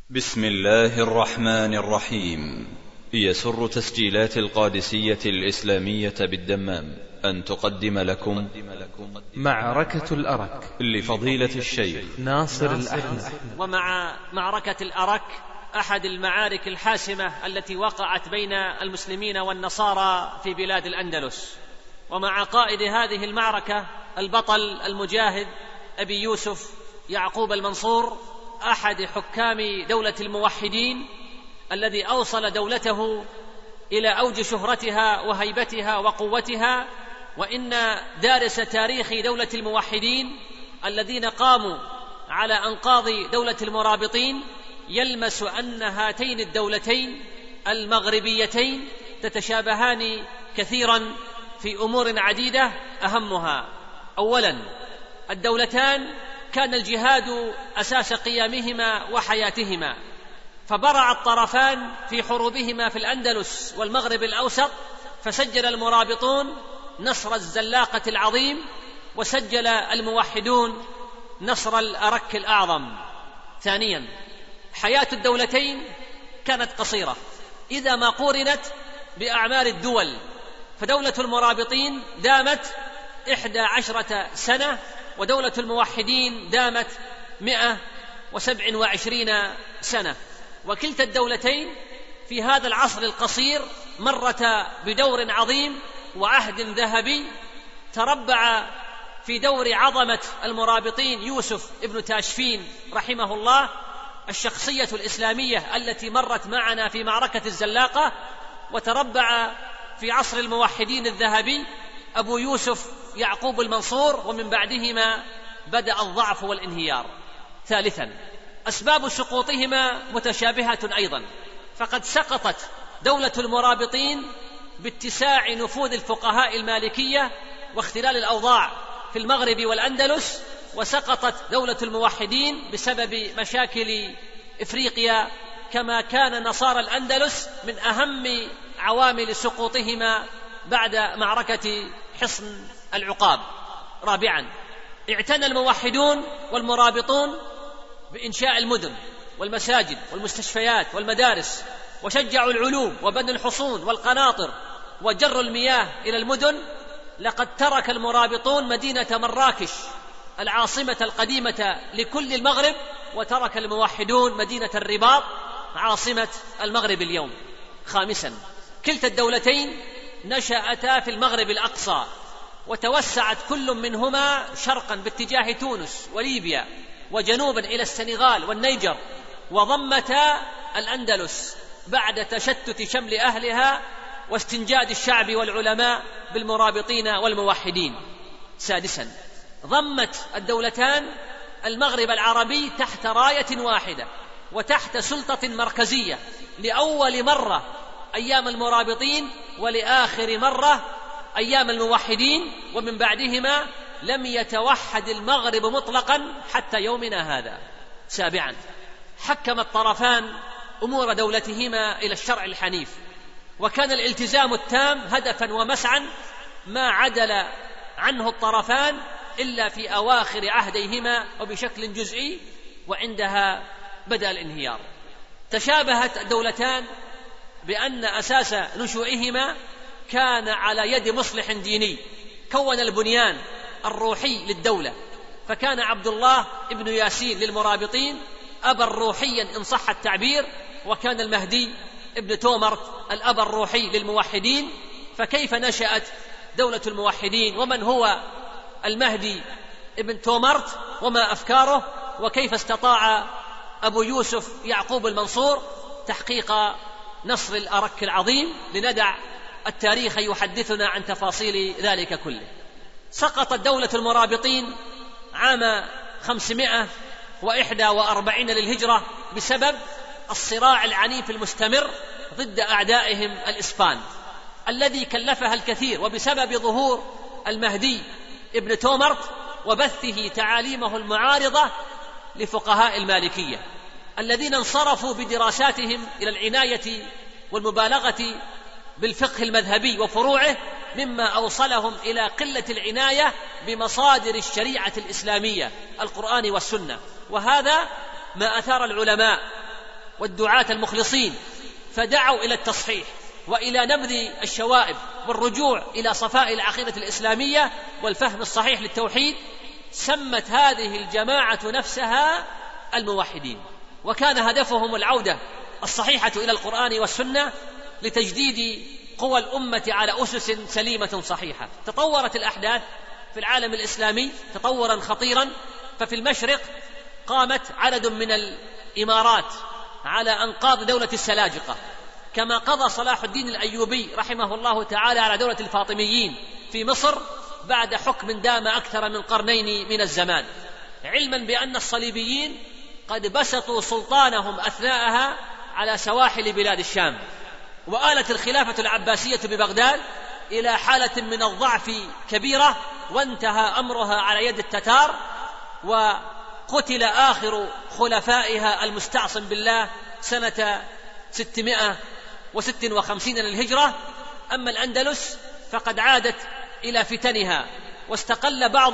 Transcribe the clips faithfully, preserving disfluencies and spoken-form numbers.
بسم الله الرحمن الرحيم. يسر تسجيلات القادسية الإسلامية بالدمام أن تقدم لكم معركة الأرك لفضيلة الشيخ ناصر الأحمد. ومع معركة الأرك أحد المعارك الحاسمة التي وقعت بين المسلمين والنصارى في بلاد الأندلس، ومع قائد هذه المعركة البطل المجاهد أبي يوسف يعقوب المنصور، أحد حكام دولة الموحدين الذي أوصل دولته إلى أوج شهرتها وهيبتها وقوتها. وإن دارس تاريخ دولة الموحدين الذين قاموا على أنقاض دولة المرابطين يلمس أن هاتين الدولتين المغربيتين تتشابهان كثيرا في أمور عديدة، أهمها أولا الدولتان كان الجهاد أساس قيامهما وحياتهما، فبرع الطرفان في حروبهما في الأندلس والمغرب الأوسط، فسجل المرابطون نصر الزلاقة العظيم، وسجل الموحدون نصر الأرك الأعظم. ثانيا حياة الدولتين كانت قصيرة إذا ما قورنت بأعمار الدول، فدولة المرابطين دامت إحدى عشرة سنة، ودولة الموحدين دامت مئة وسبع وعشرين سنة، وكلتا الدولتين في هذا العصر القصير مرتا بدور عظيم وعهد ذهبي. تربع في دور عظمة المرابطين يوسف ابن تاشفين رحمه الله الشخصية الإسلامية التي مرت معنا في معركة الزلاقة، وتربع في عصر الموحدين الذهبي أبو يوسف يعقوب المنصور، ومن بعدهما بدأ الضعف والانهيار. ثالثا أسباب سقوطهما متشابهة أيضا، فقد سقطت دولة المرابطين باتساع نفوذ الفقهاء المالكية واختلال الأوضاع في المغرب والأندلس، وسقطت دولة الموحدين بسبب مشاكل إفريقيا، كما كان نصارى الأندلس من أهم عوامل سقوطهما بعد معركة حصن العقاب. رابعا اعتنى الموحدون والمرابطون بإنشاء المدن والمساجد والمستشفيات والمدارس، وشجعوا العلوم وبنوا الحصون والقناطر وجروا المياه إلى المدن. لقد ترك المرابطون مدينة مراكش العاصمة القديمة لكل المغرب، وترك الموحدون مدينة الرباط عاصمة المغرب اليوم. خامسا كلتا الدولتين نشأتا في المغرب الأقصى، وتوسعت كل منهما شرقا باتجاه تونس وليبيا، وجنوبا إلى السنغال والنيجر، وضمتا الأندلس بعد تشتت شمل أهلها واستنجاد الشعب والعلماء بالمرابطين والموحدين. سادسا ضمت الدولتان المغرب العربي تحت راية واحدة وتحت سلطة مركزية لأول مرة أيام المرابطين، ولآخر مرة أيام الموحدين، ومن بعدهما لم يتوحد المغرب مطلقا حتى يومنا هذا. سابعا حكم الطرفان أمور دولتهما إلى الشرع الحنيف، وكان الالتزام التام هدفا ومسعا ما عدل عنه الطرفان إلا في أواخر عهديهما وبشكل جزئي، وعندها بدأ الانهيار. تشابهت الدولتان بأن أساس نشوئهما كان على يد مصلح ديني كون البنيان الروحي للدولة، فكان عبد الله ابن ياسين للمرابطين أبا روحيا إن صح التعبير، وكان المهدي ابن تومرت الأب الروحي للموحدين. فكيف نشأت دولة الموحدين، ومن هو المهدي ابن تومرت، وما أفكاره، وكيف استطاع أبو يوسف يعقوب المنصور تحقيق نصر الأرك العظيم؟ لندع التاريخ يحدثنا عن تفاصيل ذلك كله. سقطت دولة المرابطين عام خمسمائة وإحدى وأربعين للهجرة بسبب الصراع العنيف المستمر ضد أعدائهم الإسبان الذي كلفها الكثير، وبسبب ظهور المهدي ابن تومرت وبثه تعاليمه المعارضة لفقهاء المالكية الذين انصرفوا بدراساتهم إلى العناية والمبالغة بالفقه المذهبي وفروعه، مما أوصلهم إلى قلة العناية بمصادر الشريعة الإسلامية القرآن والسنة. وهذا ما أثار العلماء والدعاة المخلصين، فدعوا إلى التصحيح وإلى نبذ الشوائب والرجوع إلى صفاء العقيدة الإسلامية والفهم الصحيح للتوحيد. سمت هذه الجماعة نفسها الموحدين، وكان هدفهم العودة الصحيحة إلى القرآن والسنة لتجديد قوى الأمة على أسس سليمة صحيحة. تطورت الأحداث في العالم الإسلامي تطورا خطيرا، ففي المشرق قامت عدد من الإمارات على أنقاض دولة السلاجقة، كما قضى صلاح الدين الأيوبي رحمه الله تعالى على دولة الفاطميين في مصر بعد حكم دام أكثر من قرنين من الزمان، علما بأن الصليبيين قد بسطوا سلطانهم أثناءها على سواحل بلاد الشام. وآلت الخلافة العباسية ببغداد إلى حالة من الضعف كبيرة، وانتهى أمرها على يد التتار، وقتل آخر خلفائها المستعصم بالله سنة ستمائة وستة وخمسين للهجرة. أما الأندلس فقد عادت إلى فتنها، واستقل بعض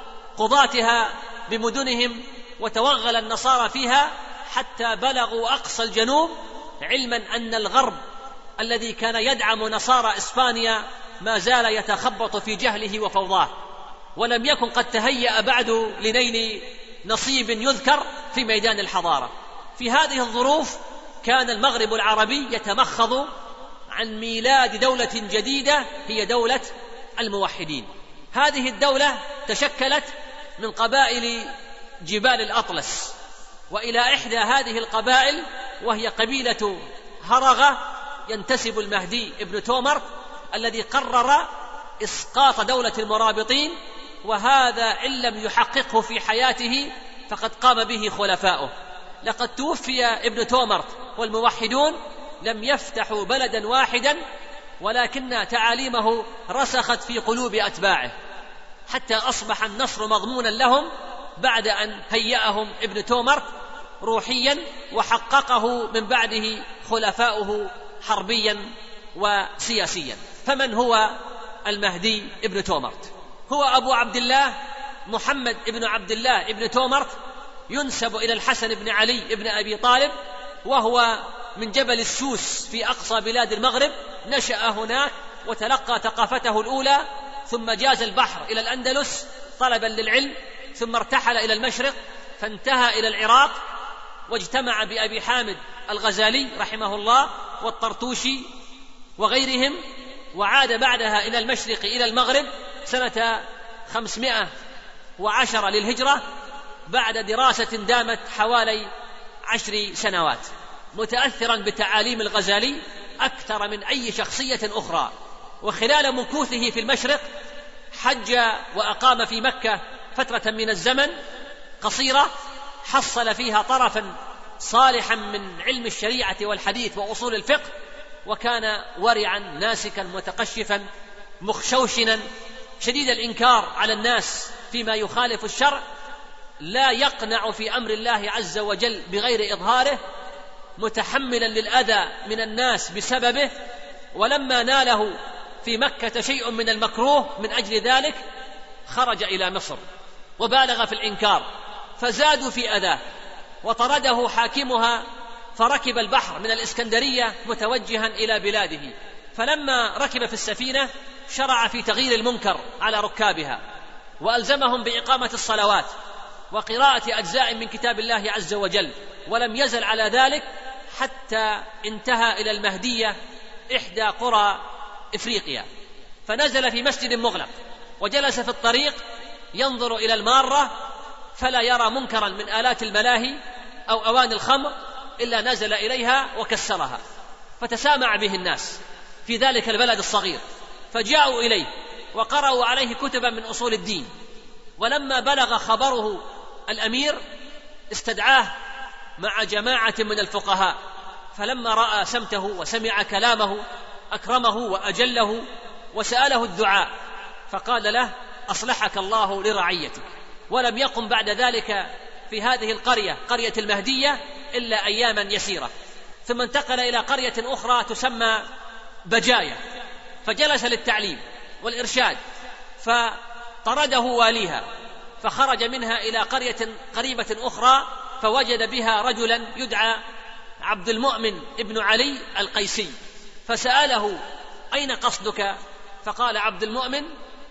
قضاتها بمدنهم، وتوغل النصارى فيها حتى بلغوا أقصى الجنوب، علما أن الغرب الذي كان يدعم نصارى إسبانيا ما زال يتخبط في جهله وفوضاه، ولم يكن قد تهيأ بعد لنيل نصيب يذكر في ميدان الحضارة. في هذه الظروف كان المغرب العربي يتمخض عن ميلاد دولة جديدة هي دولة الموحدين. هذه الدولة تشكلت من قبائل جبال الأطلس، وإلى إحدى هذه القبائل وهي قبيلة هرغة ينتسب المهدي ابن تومر الذي قرر إسقاط دولة المرابطين، وهذا إن لم يحققه في حياته فقد قام به خلفاؤه. لقد توفي ابن تومر والموحدون لم يفتحوا بلدا واحدا، ولكن تعاليمه رسخت في قلوب أتباعه حتى أصبح النصر مضمونا لهم بعد أن هيأهم ابن تومر روحيا، وحققه من بعده خلفاؤه حربيا وسياسيا. فمن هو المهدي ابن تومر؟ هو أبو عبد الله محمد ابن عبد الله ابن تومر، ينسب إلى الحسن بن علي ابن أبي طالب، وهو من جبل السوس في أقصى بلاد المغرب. نشأ هناك وتلقى ثقافته الأولى، ثم جاز البحر إلى الأندلس طلبا للعلم، ثم ارتحل إلى المشرق فانتهى إلى العراق، واجتمع بأبي حامد الغزالي رحمه الله والطرطوشي وغيرهم، وعاد بعدها إلى المشرق إلى المغرب سنة خمسمائة وعشرة للهجرة بعد دراسة دامت حوالي عشر سنوات، متأثرا بتعاليم الغزالي أكثر من أي شخصية أخرى. وخلال مكوثه في المشرق حج وأقام في مكة فترة من الزمن قصيرة، حصل فيها طرفا صالحا من علم الشريعة والحديث وأصول الفقه، وكان ورعا ناسكا متقشفا مخشوشنا شديد الإنكار على الناس فيما يخالف الشرع، لا يقنع في أمر الله عز وجل بغير إظهاره، متحملا للأذى من الناس بسببه. ولما ناله في مكة شيء من المكروه من أجل ذلك خرج إلى مصر وبالغ في الإنكار، فزادوا في أذاه، وطرده حاكمها فركب البحر من الإسكندرية متوجها إلى بلاده. فلما ركب في السفينة شرع في تغيير المنكر على ركابها، وألزمهم بإقامة الصلوات وقراءة أجزاء من كتاب الله عز وجل، ولم يزل على ذلك حتى انتهى إلى المهدية إحدى قرى إفريقيا، فنزل في مسجد مغلق وجلس في الطريق ينظر إلى المارة فلا يرى منكرا من آلات الملاهي أو أواني الخمر إلا نزل إليها وكسرها، فتسامع به الناس في ذلك البلد الصغير، فجاءوا إليه وقرأوا عليه كتبا من أصول الدين. ولما بلغ خبره الأمير استدعاه مع جماعة من الفقهاء، فلما رأى سمته وسمع كلامه أكرمه وأجله وسأله الدعاء، فقال له: أصلحك الله لرعيتك. ولم يقم بعد ذلك في هذه القرية قرية المهدية إلا أياما يسيرة، ثم انتقل إلى قرية أخرى تسمى بجاية، فجلس للتعليم والإرشاد، فطرده واليها، فخرج منها إلى قرية قريبة أخرى فوجد بها رجلا يدعى عبد المؤمن ابن علي القيسي، فسأله: أين قصدك؟ فقال عبد المؤمن: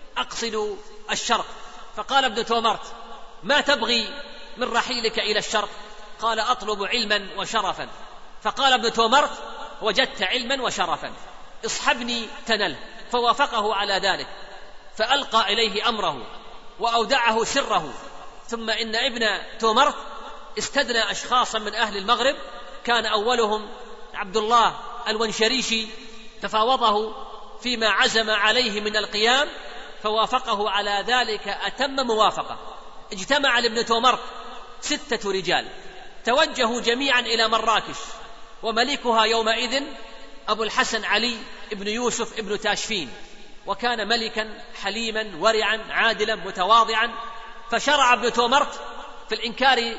أقصد الشرق. فقال ابن تومرت: ما تبغي من رحيلك إلى الشرق؟ قال: أطلب علما وشرفا. فقال ابن تومرت: وجدت علما وشرفا، اصحبني تنله. فوافقه على ذلك، فألقى إليه أمره وأودعه سره. ثم إن ابن تومرت استدنى أشخاصا من أهل المغرب، كان أولهم عبد الله الونشريشي، تفاوضه فيما عزم عليه من القيام، فوافقه على ذلك أتم موافقة. اجتمع لابن تومرت ستة رجال، توجهوا جميعا إلى مراكش، وملكها يومئذ أبو الحسن علي ابن يوسف ابن تاشفين، وكان ملكا حليما ورعا عادلا متواضعا. فشرع ابن تومرت في الإنكار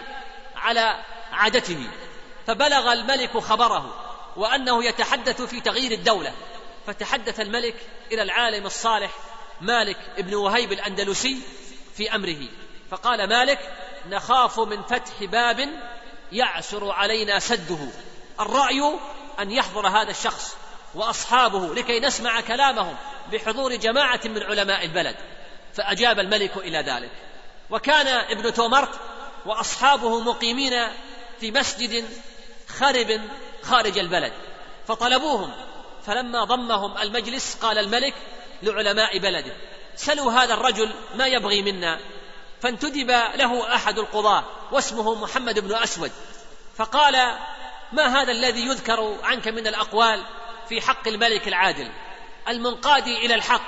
على عادته، فبلغ الملك خبره وأنه يتحدث في تغيير الدولة، فتحدث الملك إلى العالم الصالح مالك ابن وهيب الأندلسي في أمره، فقال مالك: نخاف من فتح باب يعسر علينا سده، الرأي أن يحضر هذا الشخص وأصحابه لكي نسمع كلامهم بحضور جماعة من علماء البلد. فأجاب الملك إلى ذلك. وكان ابن تومرت وأصحابه مقيمين في مسجد خرب خارج البلد، فطلبوهم، فلما ضمهم المجلس قال الملك لعلماء بلده: سلوا هذا الرجل ما يبغي منا. فانتدب له أحد القضاة واسمه محمد بن أسود، فقال: ما هذا الذي يذكر عنك من الأقوال في حق الملك العادل المنقاد إلى الحق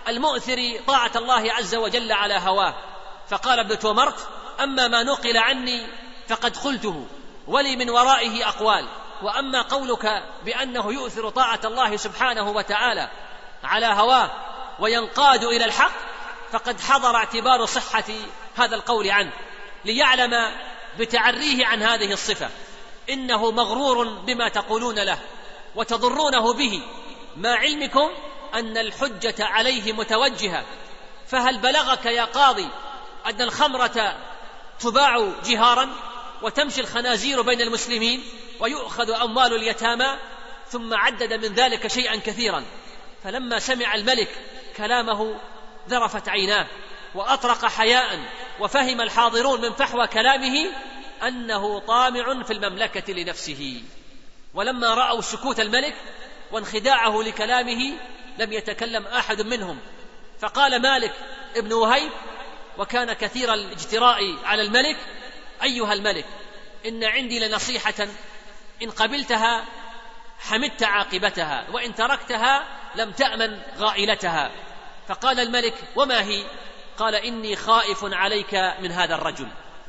المؤثر طاعة الله عز وجل على هواه؟ فقال ابن تومرت: أما ما نقل عني فقد قلته، ولي من ورائه أقوال، وأما قولك بأنه يؤثر طاعة الله سبحانه وتعالى على هواه وينقاد إلى الحق فقد حضر اعتبار صحة هذا القول عنه، ليعلم بتعريه عن هذه الصفة إنه مغرور بما تقولون له وتضرونه به، مع علمكم أن الحجة عليه متوجهة. فهل بلغك يا قاضي أن الخمرة تباع جهارا وتمشي الخنازير بين المسلمين ويؤخذ أموال اليتامى؟ ثم عدد من ذلك شيئا كثيرا. فلما سمع الملك كلامه ذرفت عيناه وأطرق حياء، وفهم الحاضرون من فحوى كلامه أنه طامع في المملكة لنفسه. ولما رأوا سكوت الملك وانخداعه لكلامه لم يتكلم أحد منهم، فقال مالك ابن وهيب، وكان كثير الاجتراء على الملك: أيها الملك، إن عندي لنصيحة، إن قبلتها حمدت عاقبتها، وإن تركتها لم تأمن غائلتها. فقال الملك: وما هي؟ قال: إني خائف عليك من هذا الرجل،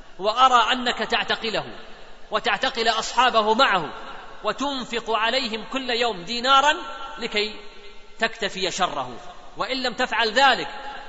وأرى أنك تعتقله وتعتقل أصحابه معه، وتنفق عليهم كل يوم دينارا لكي تكتفي شره، وإن لم تفعل ذلك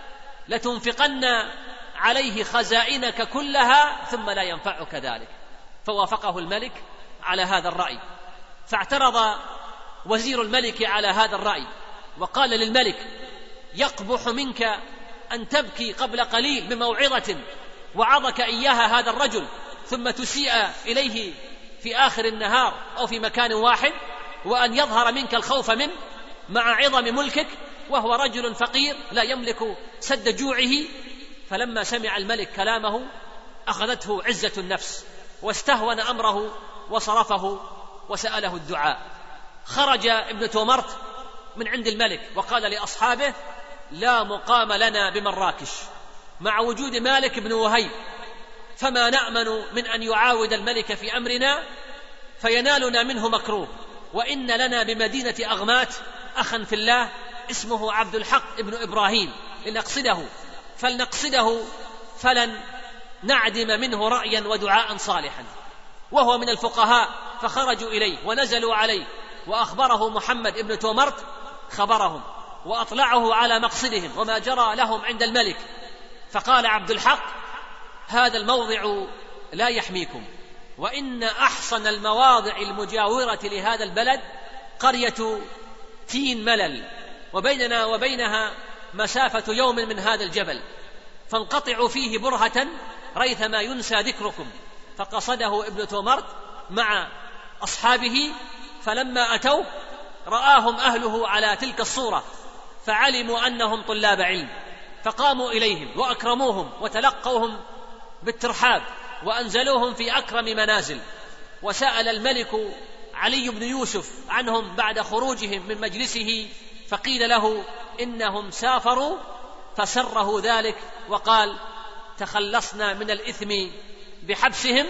لتنفقن عليه خزائنك كلها ثم لا ينفعك ذلك. فوافقه الملك على هذا الرأي. فاعترض وزير الملك على هذا الرأي وقال للملك: يقبح منك أن تبكي قبل قليل بموعظة وعظك إياها هذا الرجل، ثم تسيء إليه في آخر النهار أو في مكان واحد، وأن يظهر منك الخوف منه مع عظم ملكك وهو رجل فقير لا يملك سد جوعه. فلما سمع الملك كلامه أخذته عزة النفس واستهون أمره وصرفه وسأله الدعاء. خرج ابن تومرت من عند الملك وقال لأصحابه: لا مقام لنا بمراكش مع وجود مالك بن وهيب، فما نأمن من أن يعاود الملك في أمرنا فينالنا منه مكروه، وإن لنا بمدينة أغمات أخا في الله اسمه عبد الحق ابن إبراهيم لنقصده، فلنقصده فلن نعدم منه رأيا ودعاء صالحا، وهو من الفقهاء. فخرجوا إليه ونزلوا عليه، وأخبره محمد ابن تومرت خبرهم وأطلعه على مقصدهم وما جرى لهم عند الملك. فقال عبد الحق: هذا الموضع لا يحميكم، وإن أحصن المواضع المجاورة لهذا البلد قرية تين ملل، وبيننا وبينها مسافة يوم من هذا الجبل، فانقطعوا فيه برهة ريثما ينسى ذكركم. فقصده ابن تومرت مع أصحابه، فلما أتوا رآهم أهله على تلك الصورة فعلموا أنهم طلاب علم، فقاموا إليهم وأكرموهم وتلقوهم بالترحاب وأنزلوهم في أكرم منازل. وسأل الملك علي بن يوسف عنهم بعد خروجهم من مجلسه فقيل له إنهم سافروا، فسره ذلك وقال تخلصنا من الإثم بحبسهم.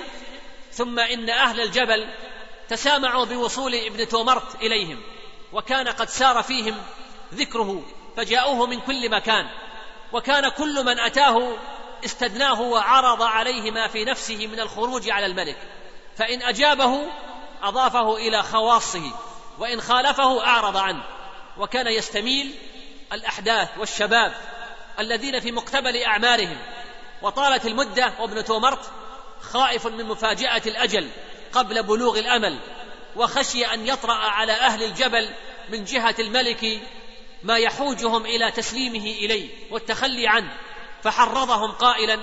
ثم إن أهل الجبل تسامعوا بوصول ابن تومرت إليهم، وكان قد سار فيهم ذكره فجاءوه من كل مكان، وكان كل من أتاه استدناه وعرض عليه ما في نفسه من الخروج على الملك، فإن أجابه أضافه إلى خواصه، وإن خالفه أعرض عنه. وكان يستميل الأحداث والشباب الذين في مقتبل أعمارهم، وطالت المدة وابن تومرت خائف من مفاجأة الأجل قبل بلوغ الأمل، وخشي أن يطرأ على أهل الجبل من جهة الملك ما يحوجهم إلى تسليمه إليه والتخلي عنه، فحرضهم قائلا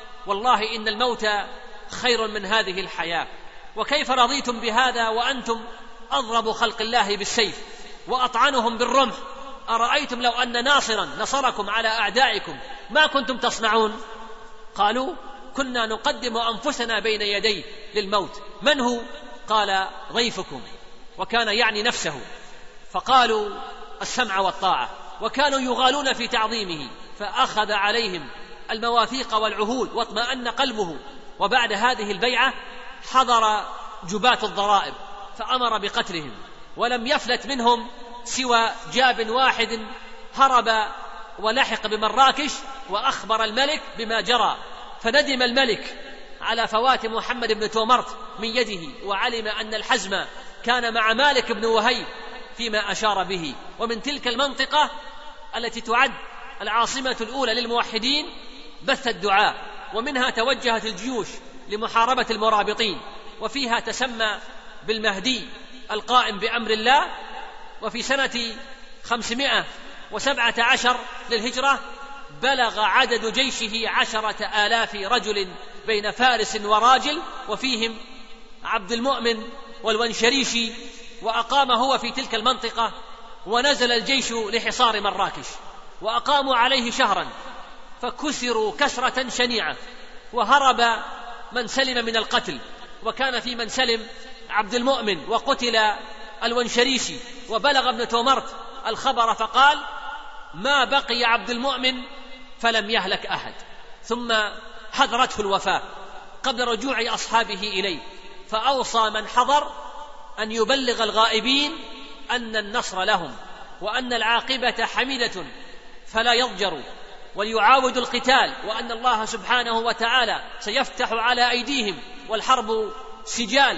والله إن الموت خير من هذه الحياة، وكيف رضيتم بهذا وأنتم أضرب خلق الله بالسيف وأطعنهم بالرمح؟ أرأيتم لو أن ناصرا نصركم على أعدائكم ما كنتم تصنعون؟ قالوا كنا نقدم أنفسنا بين يديه للموت. من هو؟ قال ضيفكم، وكان يعني نفسه. فقالوا السمع والطاعة، وكانوا يغالون في تعظيمه، فأخذ عليهم المواثيق والعهود واطمأن قلبه. وبعد هذه البيعة حضر جباة الضرائب فأمر بقتلهم، ولم يفلت منهم سوى جاب واحد هرب ولحق بمراكش وأخبر الملك بما جرى، فندم الملك على فوات محمد بن تومرت من يده، وعلم أن الحزم كان مع مالك بن وهيب فيما أشار به. ومن تلك المنطقة التي تعد العاصمة الأولى للموحدين بث الدعاء، ومنها توجهت الجيوش لمحاربة المرابطين، وفيها تسمى بالمهدي القائم بأمر الله. وفي سنة خمسمائة وسبعة عشر للهجرة بلغ عدد جيشه عشرة آلاف رجل بين فارس وراجل، وفيهم عبد المؤمن والونشريشي، وأقام هو في تلك المنطقة. ونزل الجيش لحصار مراكش وأقاموا عليه شهرا، فكسروا كسرة شنيعة، وهرب من سلم من القتل، وكان في من سلم عبد المؤمن، وقتل الونشريشي. وبلغ ابن تومرت الخبر فقال ما بقي عبد المؤمن فلم يهلك أحد، ثم حضرته الوفاة قبل رجوع أصحابه إليه، فأوصى من حضر أن يبلغ الغائبين أن النصر لهم وأن العاقبة حميدة فلا يضجروا وليعاودوا القتال، وأن الله سبحانه وتعالى سيفتح على أيديهم والحرب سجال،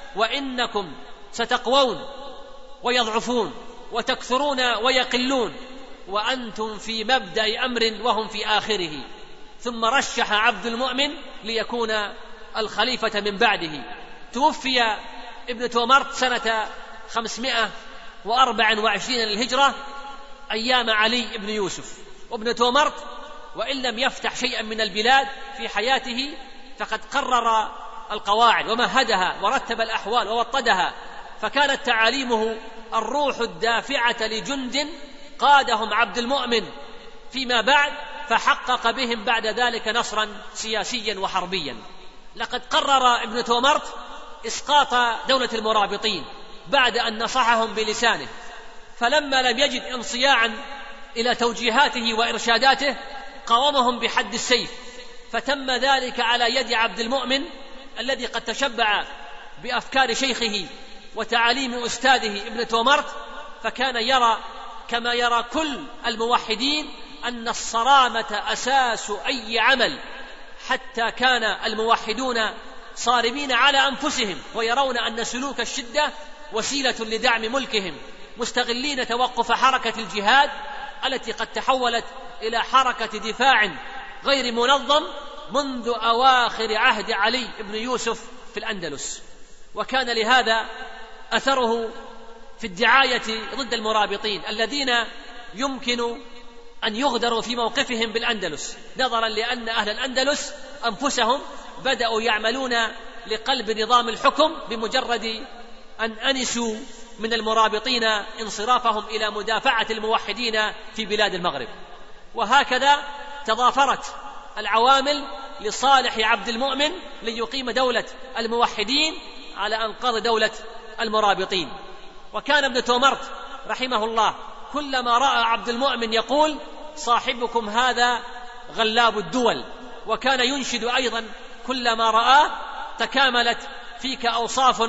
وإنكم ستقوون ويضعفون وتكثرون ويقلون، وأنتم في مبدأ أمر وهم في آخره. ثم رشح عبد المؤمن ليكون الخليفة من بعده. توفي ابن تومرت سنة خمسمائة وأربع وعشرين للهجرة أيام علي بن يوسف. وابن تومرت وإن لم يفتح شيئا من البلاد في حياته فقد قرر القواعد ومهدها ورتب الأحوال ووطدها، فكانت تعاليمه الروح الدافعة لجند قادهم عبد المؤمن فيما بعد، فحقق بهم بعد ذلك نصرا سياسيا وحربيا. لقد قرر ابن تومرت إسقاط دولة المرابطين بعد أن نصحهم بلسانه، فلما لم يجد انصياعا إلى توجيهاته وإرشاداته قاومهم بحد السيف، فتم ذلك على يد عبد المؤمن الذي قد تشبع بأفكار شيخه وتعاليم أستاذه ابن تومرت، فكان يرى كما يرى كل الموحدين أن الصرامة أساس أي عمل، حتى كان الموحدون صارمين على أنفسهم ويرون أن سلوك الشدة وسيلة لدعم ملكهم، مستغلين توقف حركة الجهاد التي قد تحولت إلى حركة دفاع غير منظم منذ أواخر عهد علي بن يوسف في الأندلس. وكان لهذا أثره في الدعاية ضد المرابطين الذين يمكن أن يغدروا في موقفهم بالأندلس، نظرا لأن أهل الأندلس أنفسهم بدأوا يعملون لقلب نظام الحكم بمجرد أن أنسوا من المرابطين انصرافهم إلى مدافعة الموحدين في بلاد المغرب. وهكذا تضافرت العوامل لصالح عبد المؤمن ليقيم دولة الموحدين على أنقاض دولة المرابطين. وكان ابن تومرت رحمه الله كلما رأى عبد المؤمن يقول: صاحبكم هذا غلاب الدول. وكان ينشد أيضا كلما رآه: تكاملت فيك أوصاف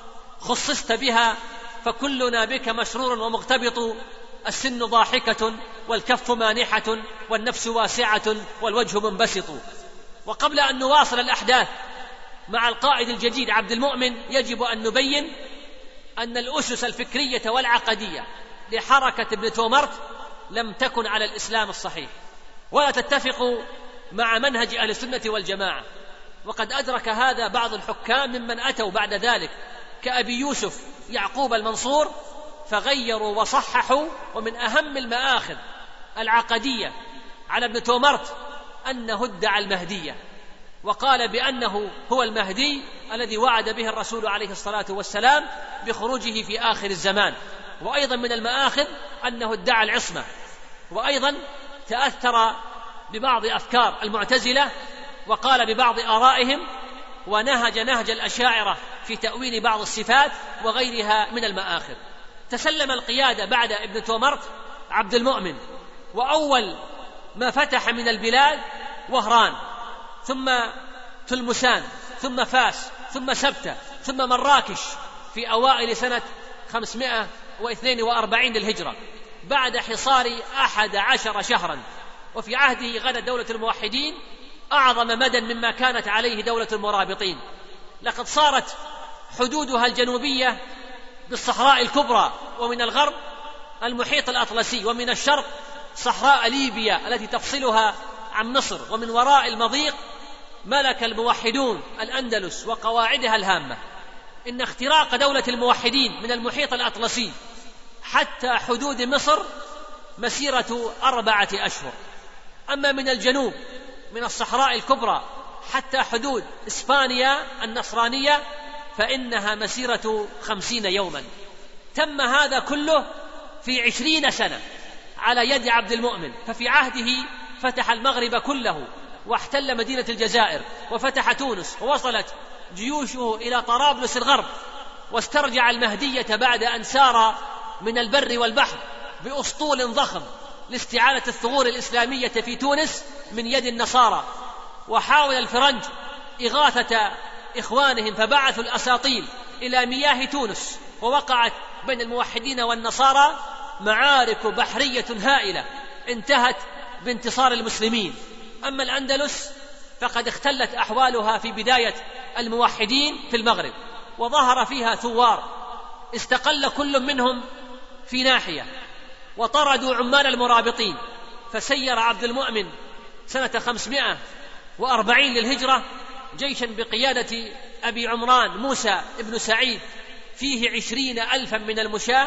خصصت بها، فكلنا بك مشرور ومغتبط، السن ضاحكة والكف مانحة والنفس واسعة والوجه منبسط. وقبل أن نواصل الأحداث مع القائد الجديد عبد المؤمن يجب أن نبين أن الأسس الفكرية والعقدية لحركة ابن تومرت لم تكن على الإسلام الصحيح ولا تتفق مع منهج أهل السنة والجماعة. وقد أدرك هذا بعض الحكام ممن أتوا بعد ذلك كأبي يوسف يعقوب المنصور فغيروا وصححوا. ومن أهم المآخذ العقدية على ابن تومرت أنه ادعى المهدية وقال بأنه هو المهدي الذي وعد به الرسول عليه الصلاة والسلام بخروجه في آخر الزمان. وأيضا من المآخذ أنه ادعى العصمة. وأيضا تأثر ببعض أفكار المعتزلة وقال ببعض آرائهم، ونهج نهج الأشاعرة في تأويل بعض الصفات وغيرها من المآخذ. تسلم القيادة بعد ابن تومرت عبد المؤمن، وأول ما فتح من البلاد وهران، ثم تلمسان، ثم فاس، ثم سبتة، ثم مراكش في أوائل سنة خمسمائة واثنين وأربعين للهجرة بعد حصار أحد عشر شهرا. وفي عهده غدت دولة الموحدين أعظم مدى مما كانت عليه دولة المرابطين. لقد صارت حدودها الجنوبية بالصحراء الكبرى، ومن الغرب المحيط الأطلسي، ومن الشرق صحراء ليبيا التي تفصلها عن مصر، ومن وراء المضيق ملك الموحدون الأندلس وقواعدها الهامة. إن اختراق دولة الموحدين من المحيط الأطلسي حتى حدود مصر مسيرة أربعة أشهر. أما من الجنوب من الصحراء الكبرى حتى حدود إسبانيا النصرانية فإنها مسيرة خمسين يوما. تم هذا كله في عشرين سنة على يد عبد المؤمن. ففي عهده فتح المغرب كله واحتل مدينة الجزائر وفتح تونس، ووصلت جيوشه إلى طرابلس الغرب، واسترجع المهدية بعد أن سار من البر والبحر بأسطول ضخم لاستعادة الثغور الإسلامية في تونس من يد النصارى. وحاول الفرنج إغاثة إخوانهم فبعثوا الأساطيل إلى مياه تونس، ووقعت بين الموحدين والنصارى معارك بحرية هائلة انتهت بانتصار المسلمين. أما الأندلس فقد اختلت أحوالها في بداية الموحدين في المغرب، وظهر فيها ثوار استقل كل منهم في ناحية وطردوا عمال المرابطين. فسير عبد المؤمن سنة خمسمائة وأربعين للهجرة جيشا بقيادة أبي عمران موسى ابن سعيد فيه عشرين ألفا من المشاة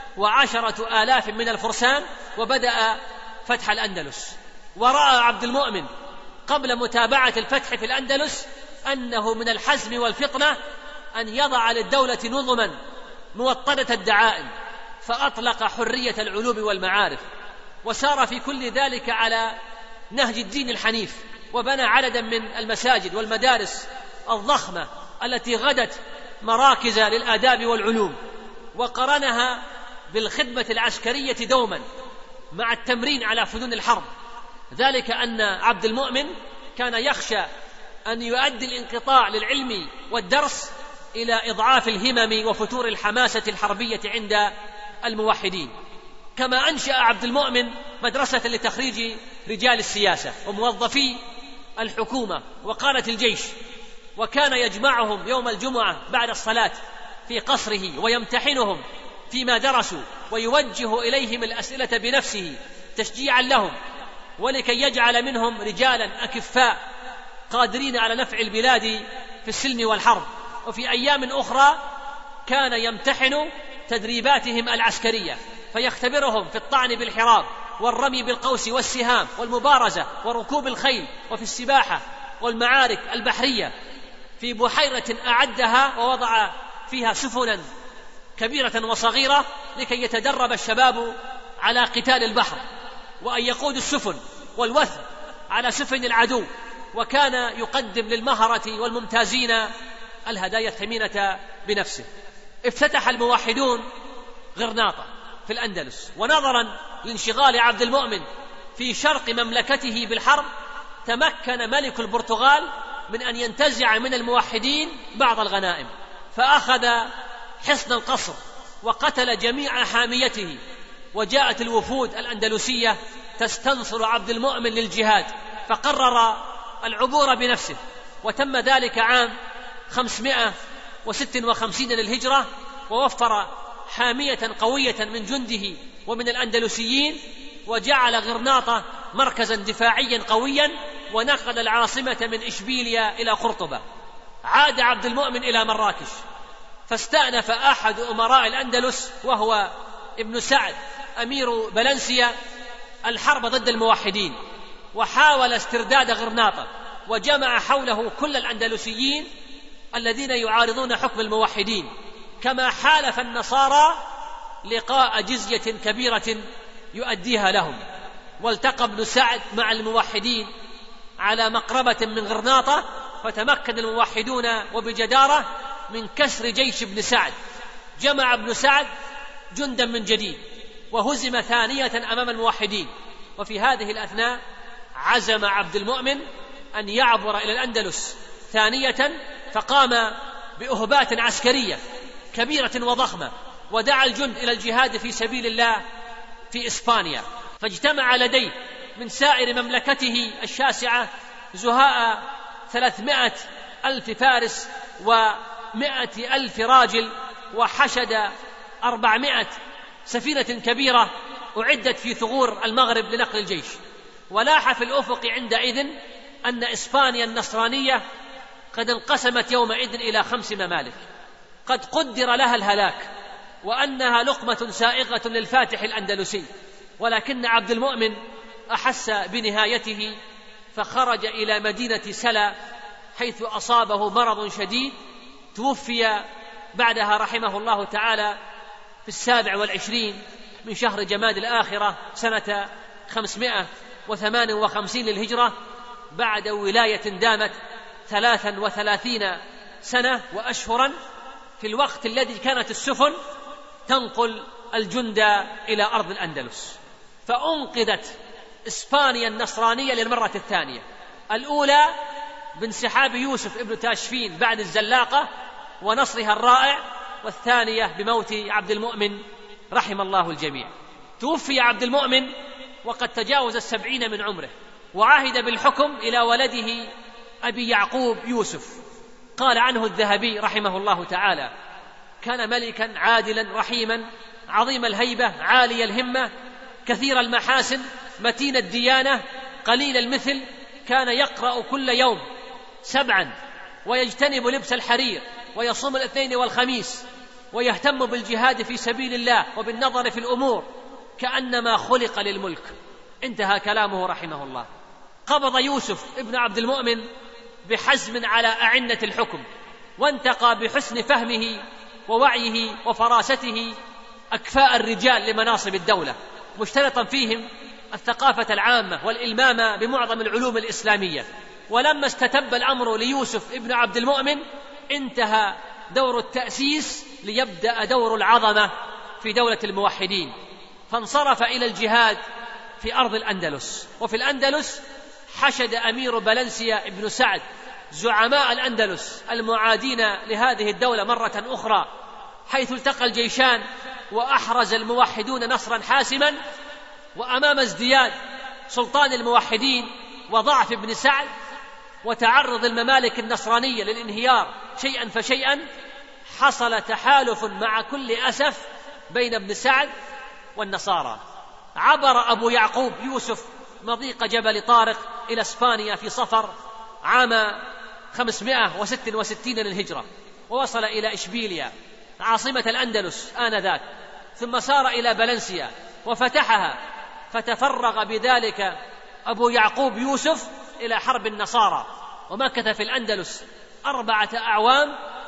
وعشرة آلاف من الفرسان، وبدأ فتح الأندلس. ورأى عبد المؤمن قبل متابعة الفتح في الأندلس أنه من الحزم والفطنة أن يضع للدولة نظما موطدة الدعائم، فأطلق حرية العلوم والمعارف، وسار في كل ذلك على نهج الدين الحنيف، وبنى عددا من المساجد والمدارس الضخمة التي غدت مراكز للآداب والعلوم، وقرنها بالخدمة العسكرية دوما مع التمرين على فنون الحرب. ذلك أن عبد المؤمن كان يخشى أن يؤدي الانقطاع للعلم والدرس إلى إضعاف الهمم وفتور الحماسة الحربية عند الموحدين. كما أنشأ عبد المؤمن مدرسة لتخريج رجال السياسة وموظفي الحكومة وقادة الجيش، وكان يجمعهم يوم الجمعة بعد الصلاة في قصره ويمتحنهم فيما درسوا ويوجه إليهم الأسئلة بنفسه تشجيعا لهم، ولكي يجعل منهم رجالا أكفاء قادرين على نفع البلاد في السلم والحرب. وفي أيام أخرى كان يمتحن تدريباتهم العسكرية فيختبرهم في الطعن بالحراب والرمي بالقوس والسهام والمبارزة وركوب الخيل، وفي السباحة والمعارك البحرية في بحيرة أعدها ووضع فيها سفنا كبيرة وصغيرة لكي يتدرب الشباب على قتال البحر، وأن يقود السفن والوثب على سفن العدو، وكان يقدم للمهرة والممتازين الهدايا الثمينة بنفسه. افتتح الموحدون غرناطة في الأندلس، ونظرا لانشغال عبد المؤمن في شرق مملكته بالحرب تمكن ملك البرتغال من أن ينتزع من الموحدين بعض الغنائم، فأخذ حصن القصر وقتل جميع حاميته، وجاءت الوفود الأندلسية تستنصر عبد المؤمن للجهاد، فقرر العبور بنفسه، وتم ذلك عام خمسمائة وستة وخمسين للهجرة، ووفر حامية قوية من جنده ومن الأندلسيين، وجعل غرناطة مركزا دفاعيا قويا، ونقل العاصمة من إشبيلية إلى قرطبة. عاد عبد المؤمن إلى مراكش، فاستأنف أحد أمراء الأندلس وهو ابن سعد أمير بلنسيا الحرب ضد الموحدين، وحاول استرداد غرناطة، وجمع حوله كل الأندلسيين الذين يعارضون حكم الموحدين، كما حالف النصارى لقاء جزية كبيرة يؤديها لهم. والتقى ابن سعد مع الموحدين على مقربة من غرناطة، فتمكن الموحدون وبجدارة من كسر جيش ابن سعد. جمع ابن سعد جندا من جديد، وهزم ثانية أمام الموحدين. وفي هذه الأثناء عزم عبد المؤمن أن يعبر إلى الأندلس ثانية، فقام بأهبات عسكرية كبيرة وضخمة، ودعا الجند إلى الجهاد في سبيل الله في إسبانيا. فاجتمع لديه من سائر مملكته الشاسعة زهاء ثلاثمائة ألف فارس ومائة ألف راجل، وحشد أربعمائة سفينة كبيرة أعدت في ثغور المغرب لنقل الجيش. ولاح في الأفق عندئذ أن إسبانيا النصرانية قد انقسمت يومئذ إلى خمس ممالك قد قدر لها الهلاك، وأنها لقمة سائغة للفاتح الأندلسي. ولكن عبد المؤمن أحس بنهايته، فخرج إلى مدينة سلا حيث أصابه مرض شديد، توفي بعدها رحمه الله تعالى في السابع والعشرين من شهر جماد الآخرة سنة خمسمائة وثمان وخمسين للهجرة، بعد ولاية دامت ثلاثا وثلاثين سنة وأشهرا، في الوقت الذي كانت السفن تنقل الجند إلى أرض الأندلس. فأنقذت إسبانيا النصرانية للمرة الثانية، الأولى بانسحاب يوسف ابن تاشفين بعد الزلاقة ونصرها الرائع، والثانية بموت عبد المؤمن رحم الله الجميع. توفي عبد المؤمن وقد تجاوز السبعين من عمره، وعهد بالحكم إلى ولده أبي يعقوب يوسف. قال عنه الذهبي رحمه الله تعالى: كان ملكا عادلا رحيما عظيم الهيبة عالي الهمة كثير المحاسن متين الديانة قليل المثل، كان يقرأ كل يوم سبعا ويجتنب لبس الحرير ويصوم الاثنين والخميس ويهتم بالجهاد في سبيل الله وبالنظر في الأمور كأنما خلق للملك. انتهى كلامه رحمه الله. قبض يوسف ابن عبد المؤمن بحزم على أعنة الحكم، وانتقى بحسن فهمه ووعيه وفراسته أكفاء الرجال لمناصب الدولة، مشترطا فيهم الثقافة العامة والإلمام بمعظم العلوم الإسلامية. ولما استتب الأمر ليوسف ابن عبد المؤمن انتهى دور التأسيس ليبدأ دور العظمة في دولة الموحدين، فانصرف إلى الجهاد في أرض الأندلس. وفي الأندلس حشد أمير بلنسيا ابن سعد زعماء الأندلس المعادين لهذه الدولة مرة أخرى، حيث التقى الجيشان وأحرز الموحدون نصرا حاسما. وأمام ازدياد سلطان الموحدين وضعف ابن سعد وتعرض الممالك النصرانية للانهيار شيئا فشيئا، حصل تحالف مع كل أسف بين ابن سعد والنصارى. عبر أبو يعقوب يوسف مضيق جبل طارق إلى إسبانيا في صفر عام خمسمائة وستة وستين للهجرة، ووصل إلى إشبيليا عاصمة الأندلس آنذاك، ثم سار إلى بلنسيا وفتحها، فتفرغ بذلك أبو يعقوب يوسف إلى حرب النصارى، ومكث في الأندلس أربعة أعوام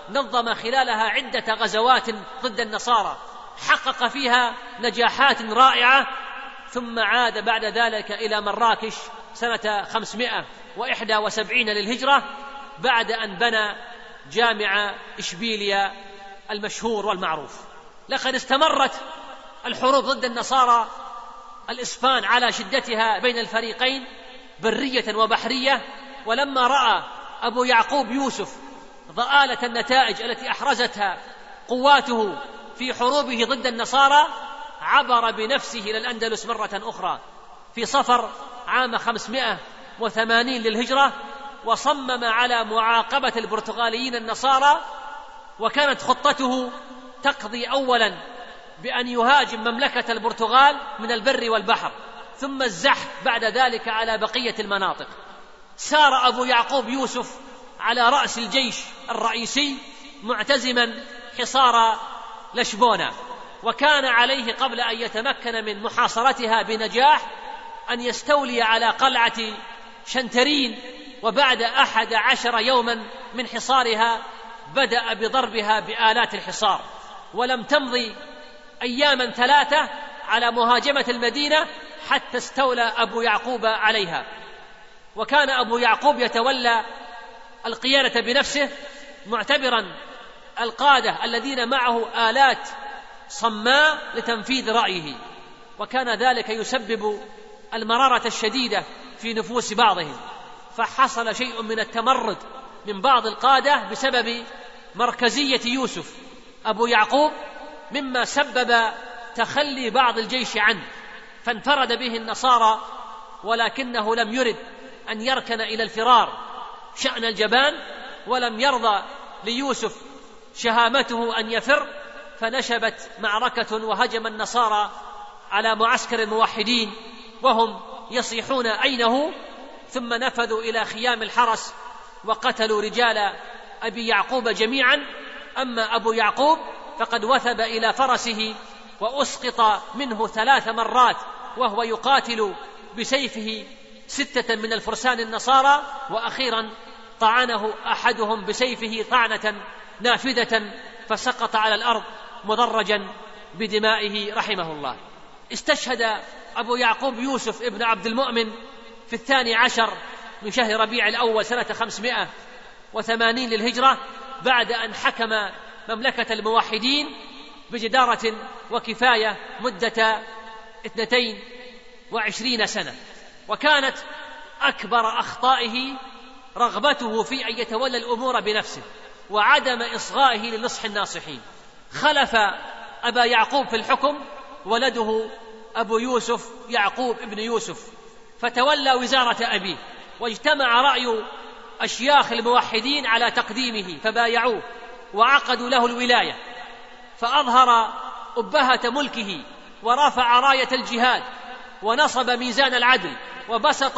نظم خلالها عدة غزوات ضد النصارى حقق فيها نجاحات رائعة، ثم عاد بعد ذلك إلى مراكش سنة خمسمائة وإحدى وسبعين للهجرة بعد أن بنى جامع إشبيلية المشهور والمعروف. لقد استمرت الحروب ضد النصارى الإسبان على شدتها بين الفريقين برية وبحرية، ولما رأى أبو يعقوب يوسف ضآلة النتائج التي أحرزتها قواته في حروبه ضد النصارى عبر بنفسه إلى الأندلس مرة أخرى في صفر عام خمسمائة وثمانين للهجرة، وصمم على معاقبة البرتغاليين النصارى، وكانت خطته تقضي أولا بأن يهاجم مملكة البرتغال من البر والبحر، ثم الزحف بعد ذلك على بقية المناطق. سار أبو يعقوب يوسف على رأس الجيش الرئيسي معتزما حصار لشبونة، وكان عليه قبل أن يتمكن من محاصرتها بنجاح أن يستولي على قلعة شنترين، وبعد أحد عشر يوما من حصارها بدأ بضربها بآلات الحصار، ولم تمضي أياما ثلاثة على مهاجمة المدينة حتى استولى أبو يعقوب عليها. وكان أبو يعقوب يتولى القيادة بنفسه معتبرا القادة الذين معه آلات صماء لتنفيذ رأيه، وكان ذلك يسبب المرارة الشديدة في نفوس بعضهم، فحصل شيء من التمرد من بعض القادة بسبب مركزية يوسف أبو يعقوب، مما سبب تخلي بعض الجيش عنه، فانفرد به النصارى، ولكنه لم يرد أن يركن إلى الفرار شأن الجبان، ولم يرضى ليوسف شهامته أن يفر، فنشبت معركة وهجم النصارى على معسكر الموحدين وهم يصيحون أينه، ثم نفذوا إلى خيام الحرس وقتلوا رجال أبي يعقوب جميعا. أما أبو يعقوب فقد وثب إلى فرسه وأسقط منه ثلاث مرات وهو يقاتل بسيفه ستة من الفرسان النصارى، وأخيرا طعنه أحدهم بسيفه طعنة نافذة فسقط على الأرض مدرجا بدمائه رحمه الله. استشهد أبو يعقوب يوسف ابن عبد المؤمن في الثاني عشر من شهر ربيع الأول سنة خمسمائة وثمانين للهجرة بعد أن حكم مملكة الموحدين بجدارة وكفاية مدة اثنتين وعشرين سنة. وكانت أكبر أخطائه رغبته في أن يتولى الأمور بنفسه وعدم إصغائه لنصح الناصحين. خلف أبا يعقوب في الحكم ولده أبو يوسف يعقوب ابن يوسف، فتولى وزارة أبيه، واجتمع رأي أشياخ الموحدين على تقديمه فبايعوه وعقدوا له الولاية، فأظهر أبهة ملكه ورفع راية الجهاد ونصب ميزان العدل وبسط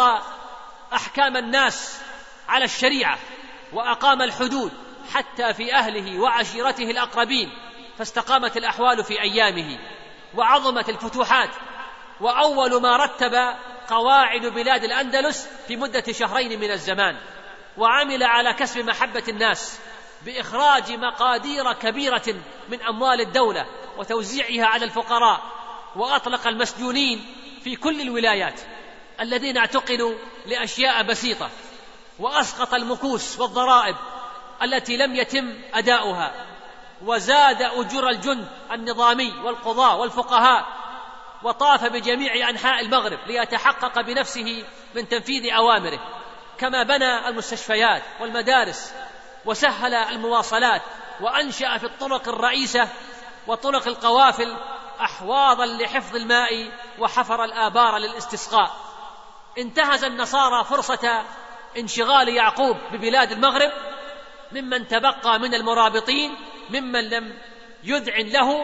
أحكام الناس على الشريعة وأقام الحدود حتى في أهله وعشيرته الأقربين، فاستقامت الأحوال في أيامه وعظمت الفتوحات. وأول ما رتب قواعد بلاد الأندلس في مدة شهرين من الزمان، وعمل على كسب محبة الناس بإخراج مقادير كبيرة من أموال الدولة وتوزيعها على الفقراء، وأطلق المسجونين في كل الولايات الذين اعتقلوا لأشياء بسيطة، وأسقط المكوس والضرائب التي لم يتم أداؤها، وزاد أجور الجند النظامي والقضاء والفقهاء، وطاف بجميع أنحاء المغرب ليتحقق بنفسه من تنفيذ أوامره، كما بنى المستشفيات والمدارس وسهل المواصلات، وأنشأ في الطرق الرئيسة وطرق القوافل أحواضا لحفظ الماء وحفر الآبار للاستسقاء. انتهز النصارى فرصة انشغال يعقوب ببلاد المغرب ممن تبقى من المرابطين ممن لم يذعن له،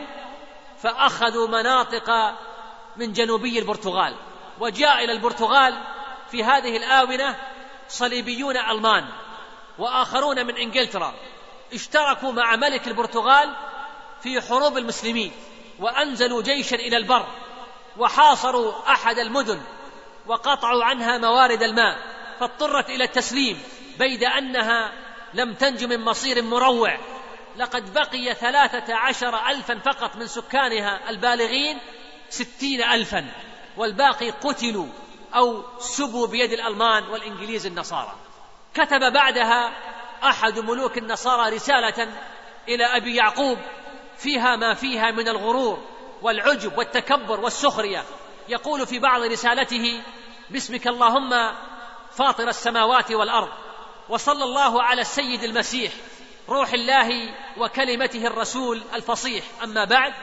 فأخذوا مناطق من جنوبي البرتغال، وجاء إلى البرتغال في هذه الآونة صليبيون ألمان وآخرون من إنجلترا، اشتركوا مع ملك البرتغال في حروب المسلمين، وأنزلوا جيشا إلى البر وحاصروا أحد المدن وقطعوا عنها موارد الماء، فاضطرت إلى التسليم بيد أنها لم تنج من مصير مروع لقد بقي ثلاثة عشر ألفا فقط من سكانها البالغين ستين ألفا، والباقي قتلوا أو سبوا بيد الألمان والإنجليز النصارى. كتب بعدها أحد ملوك النصارى رسالة إلى أبي يعقوب فيها ما فيها من الغرور والعجب والتكبر والسخرية. يقول في بعض رسالته: باسمك اللهم فاطر السماوات والأرض، وصلى الله على السيد المسيح روح الله وكلمته الرسول الفصيح، أما بعد،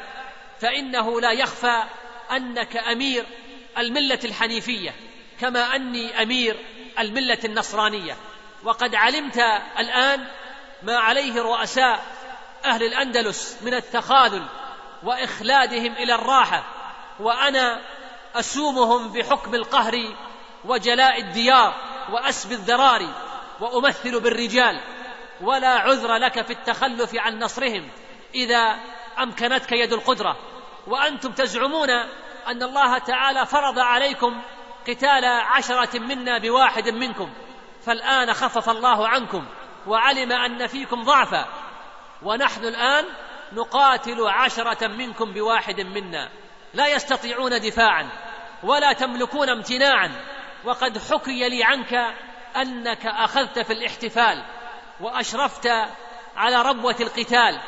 فإنه لا يخفى أنك أمير الملة الحنيفية كما أني أمير الملة النصرانية، وقد علمت الآن ما عليه رؤساء أهل الأندلس من التخاذل وإخلادهم إلى الراحة، وأنا أسومهم بحكم القهر وجلاء الديار وأسب الذراري، وأمثل بالرجال، ولا عذر لك في التخلف عن نصرهم إذا أمكنتك يد القدرة. وأنتم تزعمون أن الله تعالى فرض عليكم قتال عشرة منا بواحد منكم، فالآن خفف الله عنكم وعلم أن فيكم ضعفا، ونحن الآن نقاتل عشرة منكم بواحد منا، لا يستطيعون دفاعا ولا تملكون امتناعا. وقد حكي لي عنك أنك أخذت في الاحتفال وأشرفت على ربوة القتال،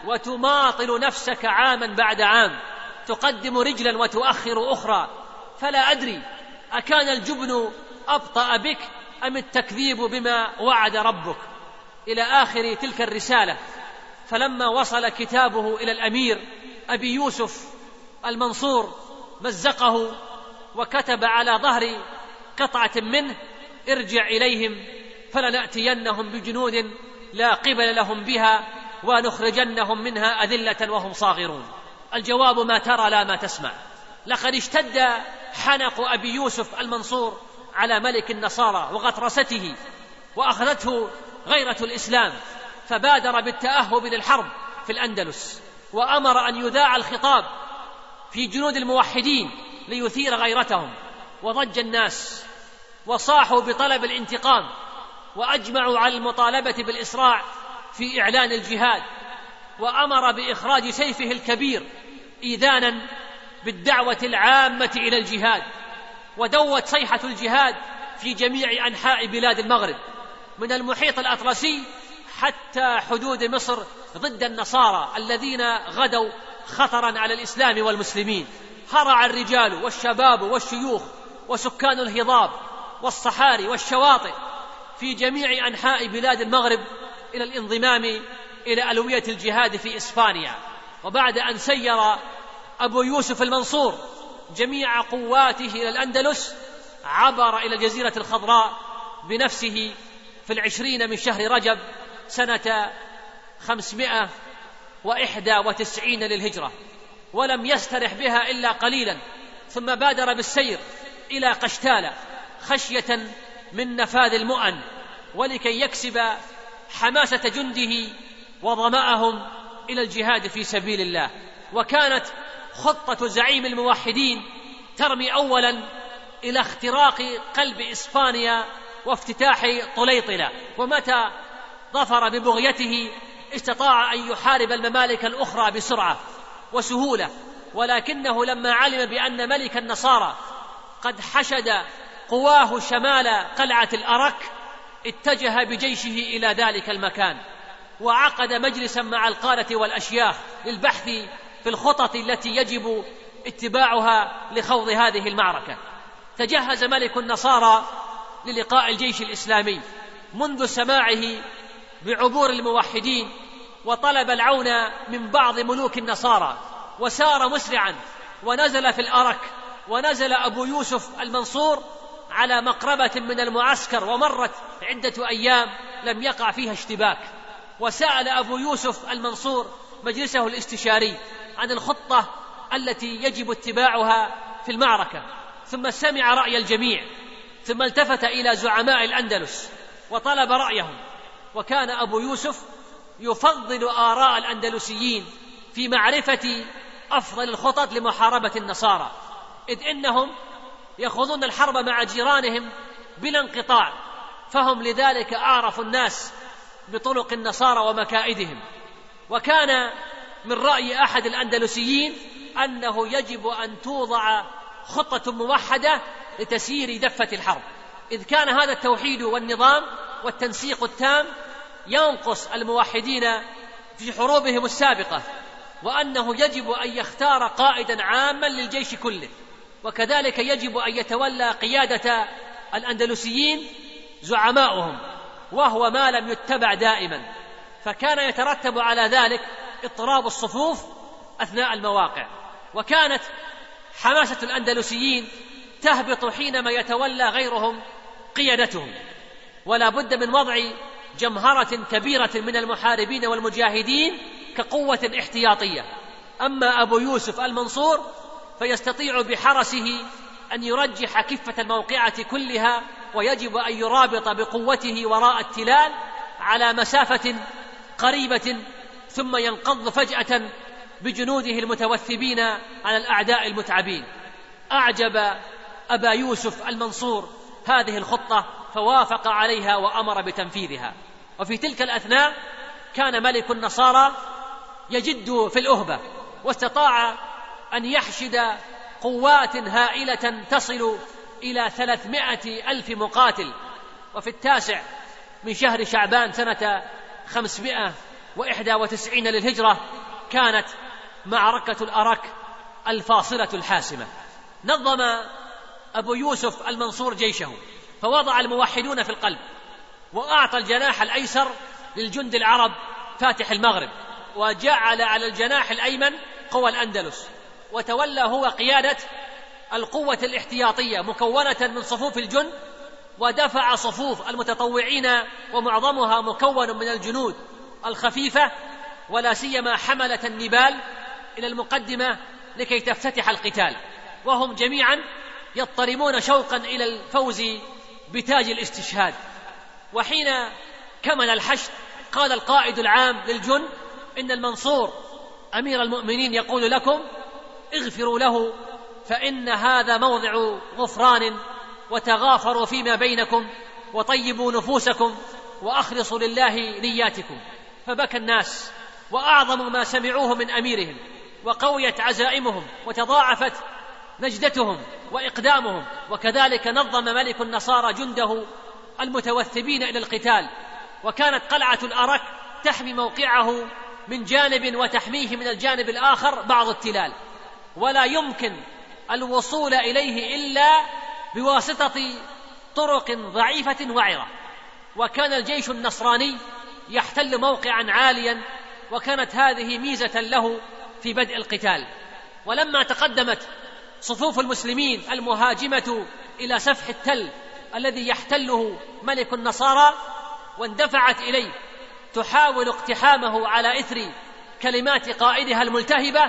وتماطل نفسك عاما بعد عام، تقدم رجلا وتؤخر أخرى، فلا أدري أكان الجبن أبطأ بك أم التكذيب بما وعد ربك. إلى آخر تلك الرسالة. فلما وصل كتابه إلى الأمير أبي يوسف المنصور مزقه وكتب على ظهر قطعة منه: ارجع إليهم فلنأتينهم بجنود لا قبل لهم بها ونخرجنهم منها أذلة وهم صاغرون. الجواب: ما ترى لا ما تسمع. لقد اشتد حنق أبي يوسف المنصور على ملك النصارى وغطرسته، وأخذته غيرة الإسلام، فبادر بالتأهب للحرب في الأندلس، وأمر أن يذاع الخطاب في جنود الموحدين ليثير غيرتهم، وضج الناس وصاحوا بطلب الانتقام، وأجمعوا على المطالبة بالإسراع في إعلان الجهاد، وأمر بإخراج سيفه الكبير إيذانا بالدعوة العامة إلى الجهاد. ودوت صيحة الجهاد في جميع أنحاء بلاد المغرب من المحيط الأطلسي حتى حدود مصر ضد النصارى الذين غدوا خطرا على الإسلام والمسلمين. هرع الرجال والشباب والشيوخ وسكان الهضاب والصحاري والشواطئ في جميع أنحاء بلاد المغرب إلى الانضمام إلى ألوية الجهاد في إسبانيا. وبعد أن سير أبو يوسف المنصور جميع قواته إلى الأندلس، عبر إلى الجزيرة الخضراء بنفسه في العشرين من شهر رجب سنة خمسمائة وإحدى وتسعين للهجرة، ولم يسترح بها إلا قليلا، ثم بادر بالسير إلى قشتالة خشية من نفاذ المؤن، ولكي يكسب حماسة جنده وظمأهم إلى الجهاد في سبيل الله. وكانت خطة زعيم الموحدين ترمي أولا إلى اختراق قلب إسبانيا وافتتاح طليطلة، ومتى ظفر ببغيته استطاع أن يحارب الممالك الأخرى بسرعة وسهولة. ولكنه لما علم بأن ملك النصارى قد حشد قواه شمال قلعة الأرك، اتجه بجيشه إلى ذلك المكان، وعقد مجلسا مع القادة والأشياخ للبحث في الخطط التي يجب اتباعها لخوض هذه المعركة. تجهز ملك النصارى للقاء الجيش الإسلامي منذ سماعه بعبور الموحدين، وطلب العون من بعض ملوك النصارى، وسار مسرعا ونزل في الأرك. ونزل أبو يوسف المنصور على مقربة من المعسكر، ومرت عدة أيام لم يقع فيها اشتباك. وسأل أبو يوسف المنصور مجلسه الاستشاري عن الخطة التي يجب اتباعها في المعركة، ثم سمع رأي الجميع، ثم التفت إلى زعماء الأندلس وطلب رأيهم. وكان أبو يوسف يفضل آراء الأندلسيين في معرفة أفضل الخطط لمحاربة النصارى، إذ إنهم يخوضون الحرب مع جيرانهم بلا انقطاع، فهم لذلك أعرف الناس بطرق النصارى ومكائدهم. وكان من رأي أحد الأندلسيين أنه يجب أن توضع خطة موحدة لتسيير دفة الحرب، إذ كان هذا التوحيد والنظام والتنسيق التام ينقص الموحدين في حروبهم السابقة، وأنه يجب أن يختار قائدا عاما للجيش كله، وكذلك يجب أن يتولى قيادة الأندلسيين زعماؤهم، وهو ما لم يتبع دائما، فكان يترتب على ذلك اضطراب الصفوف أثناء المواقع. وكانت حماسة الأندلسيين تهبط حينما يتولى غيرهم قيادتهم، ولا بد من وضع جمهرة كبيرة من المحاربين والمجاهدين كقوة احتياطية. أما أبو يوسف المنصور فيستطيع بحرسه أن يرجح كفة الموقعة كلها، ويجب أن يرابط بقوته وراء التلال على مسافة قريبة، ثم ينقض فجأة بجنوده المتوثبين على الأعداء المتعبين. أعجب أبا يوسف المنصور هذه الخطة فوافق عليها وأمر بتنفيذها. وفي تلك الأثناء كان ملك النصارى يجد في الأهبة، واستطاع أن يحشد قوات هائلة تصل إلى ثلاثمائة ألف مقاتل. وفي التاسع من شهر شعبان سنة خمسمائة وإحدى وتسعين للهجرة كانت معركة الأرك الفاصلة الحاسمة. نظم أبو يوسف المنصور جيشه، فوضع الموحدون في القلب، وأعطى الجناح الأيسر للجند العرب فاتح المغرب، وجعل على الجناح الأيمن قوى الأندلس، وتولى هو قيادة القوة الاحتياطية مكونة من صفوف الجند، ودفع صفوف المتطوعين ومعظمها مكون من الجنود الخفيفة ولا سيما حملة النبال إلى المقدمة لكي تفتتح القتال، وهم جميعا يضطرمون شوقا إلى الفوز بتاج الاستشهاد. وحين كمل الحشد قال القائد العام للجند: إن المنصور أمير المؤمنين يقول لكم اغفروا له، فإن هذا موضع غفران، وتغافروا فيما بينكم، وطيبوا نفوسكم، وأخلصوا لله نياتكم. فبكى الناس، وأعظم ما سمعوه من أميرهم، وقويت عزائمهم، وتضاعفت نجدتهم وإقدامهم. وكذلك نظم ملك النصارى جنده المتوثبين إلى القتال، وكانت قلعة الأرك تحمي موقعه من جانب وتحميه من الجانب الآخر بعض التلال، ولا يمكن الوصول إليه إلا بواسطة طرق ضعيفة وعرة. وكان الجيش النصراني يحتل موقعا عاليا، وكانت هذه ميزة له في بدء القتال. ولما تقدمت صفوف المسلمين المهاجمة إلى سفح التل الذي يحتله ملك النصارى، واندفعت إليه تحاول اقتحامه على إثر كلمات قائدها الملتهبة،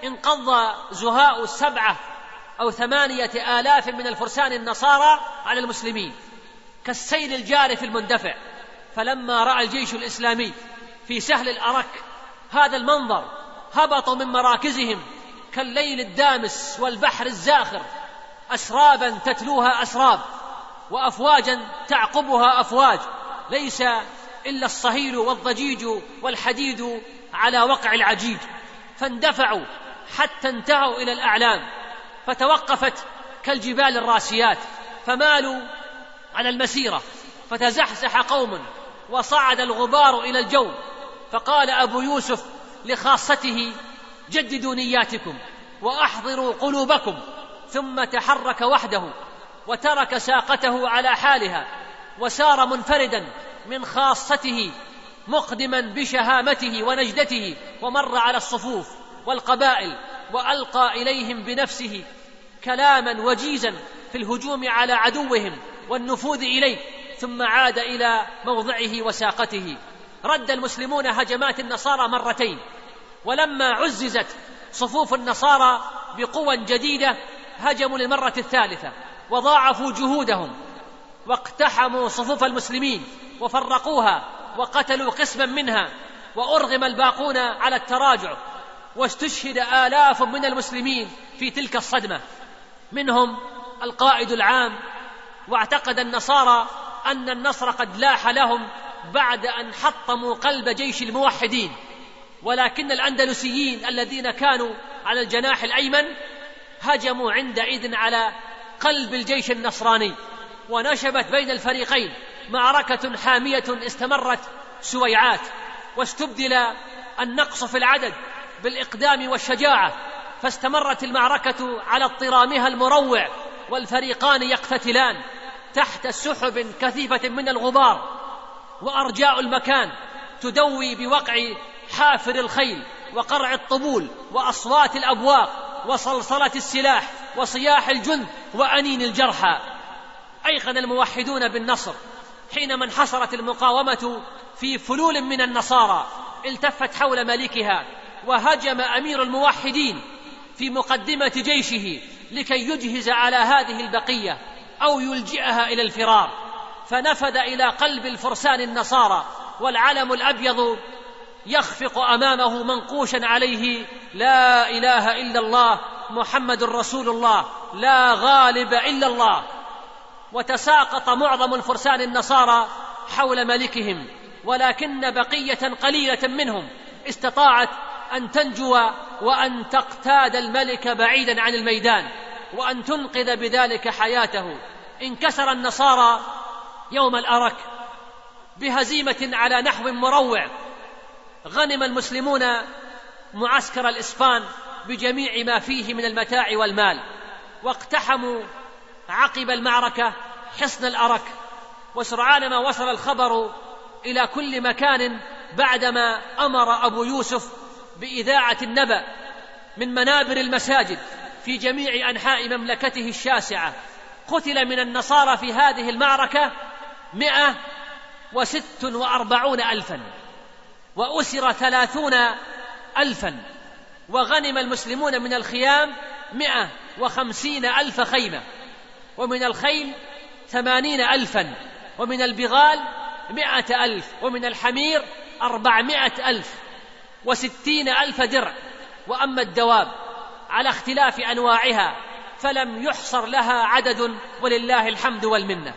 انقض زهاء سبعة أو ثمانية آلاف من الفرسان النصارى على المسلمين كالسيل الجارف المندفع. فلما رأى الجيش الإسلامي في سهل الأرك هذا المنظر، هبطوا من مراكزهم كالليل الدامس والبحر الزاخر، أسرابا تتلوها أسراب، وأفواجا تعقبها أفواج، ليس إلا الصهيل والضجيج والحديد على وقع العجيج. فاندفعوا حتى انتهوا إلى الأعلام، فتوقفت كالجبال الراسيات، فمالوا على المسيرة، فتزحزح قوم وصعد الغبار إلى الجو. فقال أبو يوسف لخاصته: جددوا نياتكم وأحضروا قلوبكم. ثم تحرك وحده وترك ساقته على حالها، وسار منفردا من خاصته مقدما بشهامته ونجدته، ومر على الصفوف والقبائل، وألقى إليهم بنفسه كلاما وجيزا في الهجوم على عدوهم والنفوذ إليه، ثم عاد إلى موضعه وساقته. رد المسلمون هجمات النصارى مرتين، ولما عززت صفوف النصارى بقوى جديدة هجموا للمرة الثالثة وضاعفوا جهودهم، واقتحموا صفوف المسلمين وفرقوها وقتلوا قسما منها، وأرغم الباقون على التراجع، واستشهد آلاف من المسلمين في تلك الصدمة، منهم القائد العام. واعتقد النصارى أن النصر قد لاح لهم بعد أن حطموا قلب جيش الموحدين، ولكن الأندلسيين الذين كانوا على الجناح الأيمن هجموا عندئذ على قلب الجيش النصراني، ونشبت بين الفريقين معركة حامية استمرت سويعات، واستبدل النقص في العدد بالإقدام والشجاعة، فاستمرت المعركة على اضطرامها المروع، والفريقان يقتتلان تحت سحب كثيفة من الغبار، وأرجاء المكان تدوي بوقع حافر الخيل وقرع الطبول وأصوات الأبواق وصلصلة السلاح وصياح الجند وأنين الجرحى. أيقن الموحدون بالنصر حينما انحصرت المقاومة في فلول من النصارى، التفت حول ملكها، وهجم أمير الموحدين في مقدمة جيشه لكي يجهز على هذه البقية أو يلجئها إلى الفرار، فنفذ إلى قلب الفرسان النصارى والعلم الأبيض يخفق أمامه منقوشا عليه لا إله إلا الله محمد رسول الله لا غالب إلا الله. وتساقط معظم الفرسان النصارى حول ملكهم، ولكن بقية قليلة منهم استطاعت أن تنجو وأن تقتاد الملك بعيدا عن الميدان وأن تنقذ بذلك حياته. انكسر النصارى يوم الأرك بهزيمة على نحو مروع. غنم المسلمون معسكر الإسبان بجميع ما فيه من المتاع والمال، واقتحموا عقب المعركة حصن الأرك، وسرعان ما وصل الخبر إلى كل مكان بعدما أمر أبو يوسف بإذاعة النبأ من منابر المساجد في جميع أنحاء مملكته الشاسعة. قتل من النصارى في هذه المعركة مئة وست وأربعون ألفا، وأسر ثلاثون ألفا، وغنم المسلمون من الخيام مئة وخمسين ألف خيمة، ومن الخيل ثمانين ألفا، ومن البغال مئة ألف، ومن الحمير أربعمائة ألف وستين ألف درع. وأما الدواب على اختلاف أنواعها فلم يحصر لها عدد ولله الحمد والمنة.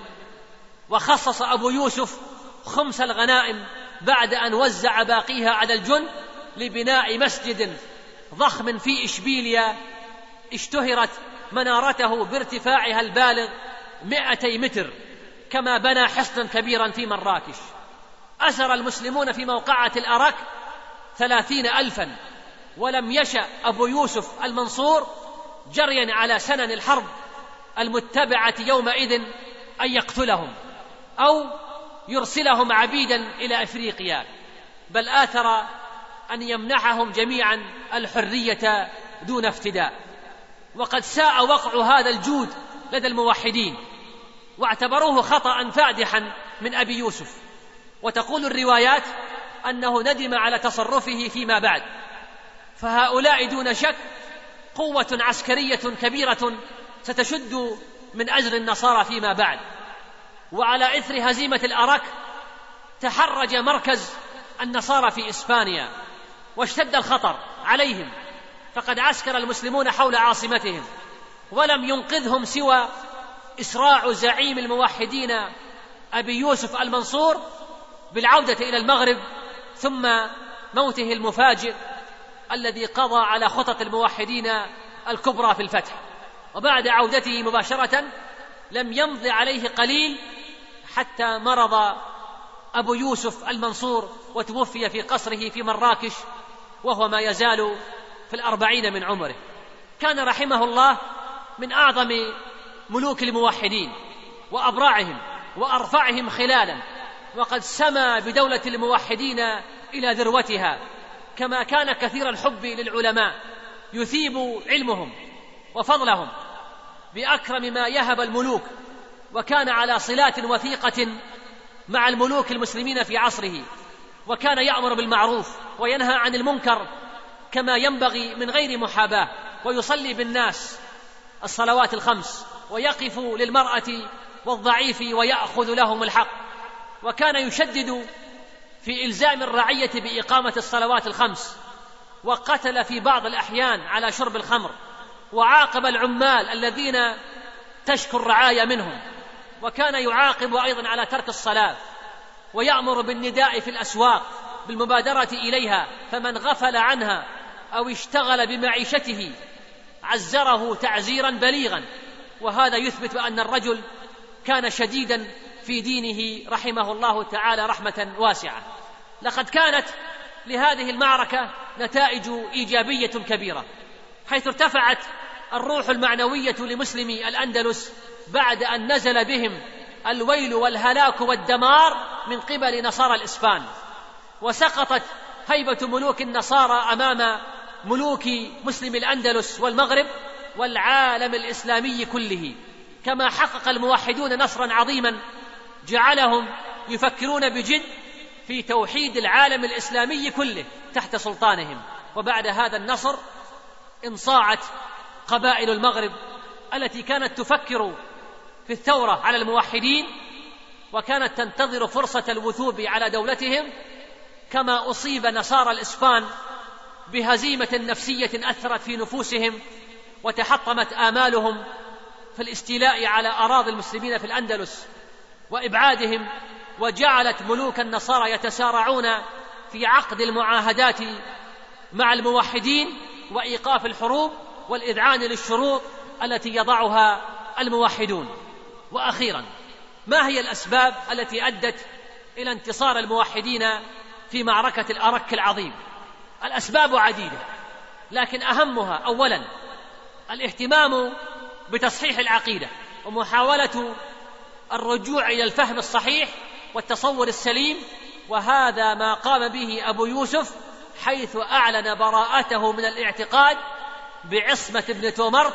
وخصص أبو يوسف خمس الغنائم بعد أن وزع باقيها على الجند لبناء مسجد ضخم في إشبيليا اشتهرت منارته بارتفاعها البالغ مئتي متر، كما بنى حصنا كبيرا في مراكش. أسر المسلمون في موقعة الأرك ثلاثين ألفا، ولم يشأ أبو يوسف المنصور جريا على سنن الحرب المتبعة يومئذ أن يقتلهم أو يرسلهم عبيدا إلى أفريقيا، بل آثر أن يمنحهم جميعا الحرية دون افتداء. وقد ساء وقع هذا الجود لدى الموحدين، واعتبروه خطأ فادحا من أبي يوسف. وتقول الروايات أنه ندم على تصرفه فيما بعد. فهؤلاء دون شك قوة عسكرية كبيرة ستشد من أجر النصارى فيما بعد. وعلى إثر هزيمة الأرك تحرج مركز النصارى في إسبانيا، واشتد الخطر عليهم، فقد عسكر المسلمون حول عاصمتهم، ولم ينقذهم سوى إسراع زعيم الموحدين أبي يوسف المنصور بالعودة إلى المغرب، ثم موته المفاجئ الذي قضى على خطط الموحدين الكبرى في الفتح. وبعد عودته مباشرة لم يمض عليه قليل حتى مرض أبو يوسف المنصور وتوفي في قصره في مراكش وهو ما يزال في الأربعين من عمره. كان رحمه الله من أعظم ملوك الموحدين وأبراعهم وأرفعهم خلالا، وقد سمى بدولة الموحدين إلى ذروتها، كما كان كثير الحب للعلماء يثيب علمهم وفضلهم بأكرم ما يهب الملوك، وكان على صلات وثيقة مع الملوك المسلمين في عصره، وكان يأمر بالمعروف وينهى عن المنكر كما ينبغي من غير محاباة، ويصلي بالناس الصلوات الخمس، ويقف للمرأة والضعيف ويأخذ لهم الحق، وكان يشدد في إلزام الرعية بإقامة الصلوات الخمس، وقتل في بعض الأحيان على شرب الخمر، وعاقب العمال الذين تشكو الرعاية منهم، وكان يعاقب أيضا على ترك الصلاة، ويأمر بالنداء في الأسواق بالمبادرة إليها، فمن غفل عنها أو اشتغل بمعيشته عزره تعزيرا بليغا. وهذا يثبت أن الرجل كان شديدا في دينه رحمه الله تعالى رحمة واسعة. لقد كانت لهذه المعركة نتائج إيجابية كبيرة، حيث ارتفعت الروح المعنوية لمسلمي الأندلس بعد أن نزل بهم الويل والهلاك والدمار من قبل نصارى الإسبان، وسقطت هيبة ملوك النصارى أمام ملوك مسلمي الأندلس والمغرب والعالم الإسلامي كله. كما حقق الموحدون نصرا عظيما جعلهم يفكرون بجد في توحيد العالم الإسلامي كله تحت سلطانهم. وبعد هذا النصر انصاعت قبائل المغرب التي كانت تفكر في الثورة على الموحدين وكانت تنتظر فرصة الوثوب على دولتهم، كما أصيب نصارى الإسبان بهزيمة نفسية أثرت في نفوسهم وتحطمت آمالهم في الاستيلاء على أراضي المسلمين في الأندلس وإبعادهم، وجعلت ملوك النصارى يتسارعون في عقد المعاهدات مع الموحدين وإيقاف الحروب والإذعان للشروط التي يضعها الموحدون. وأخيرا، ما هي الأسباب التي أدت إلى انتصار الموحدين في معركة الأرك العظيم؟ الأسباب عديدة، لكن أهمها أولا الاهتمام بتصحيح العقيدة ومحاولة الرجوع إلى الفهم الصحيح والتصور السليم، وهذا ما قام به أبو يوسف حيث أعلن براءته من الاعتقاد بعصمة ابن تومرت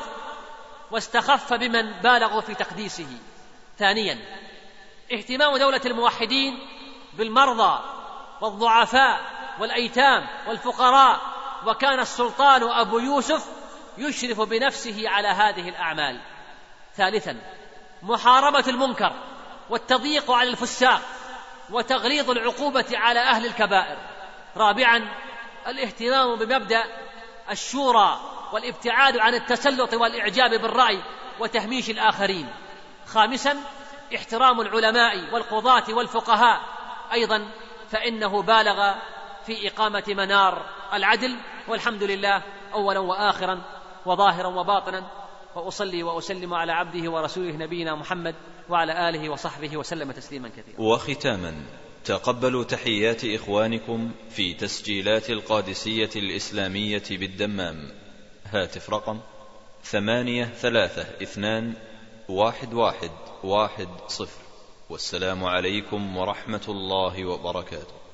واستخف بمن بالغوا في تقديسه. ثانيا اهتمام دولة الموحدين بالمرضى والضعفاء والأيتام والفقراء، وكان السلطان أبو يوسف يشرف بنفسه على هذه الأعمال. ثالثا محاربة المنكر والتضييق على الفساق وتغليظ العقوبة على أهل الكبائر. رابعا الاهتمام بمبدأ الشورى والابتعاد عن التسلط والإعجاب بالرأي وتهميش الآخرين. خامسا احترام العلماء والقضاة والفقهاء أيضا، فإنه بالغ في إقامة منار العدل. والحمد لله أولا وآخرا وظاهرا وباطنا، وأصلي وأسلم على عبده ورسوله نبينا محمد وعلى آله وصحبه وسلم تسليما كثيرا. وختاما، تقبلوا تحيات إخوانكم في تسجيلات القادسية الإسلامية بالدمام. هاتف رقم ثمانية ثلاثة اثنان واحد واحد واحد صفر. والسلام عليكم ورحمة الله وبركاته.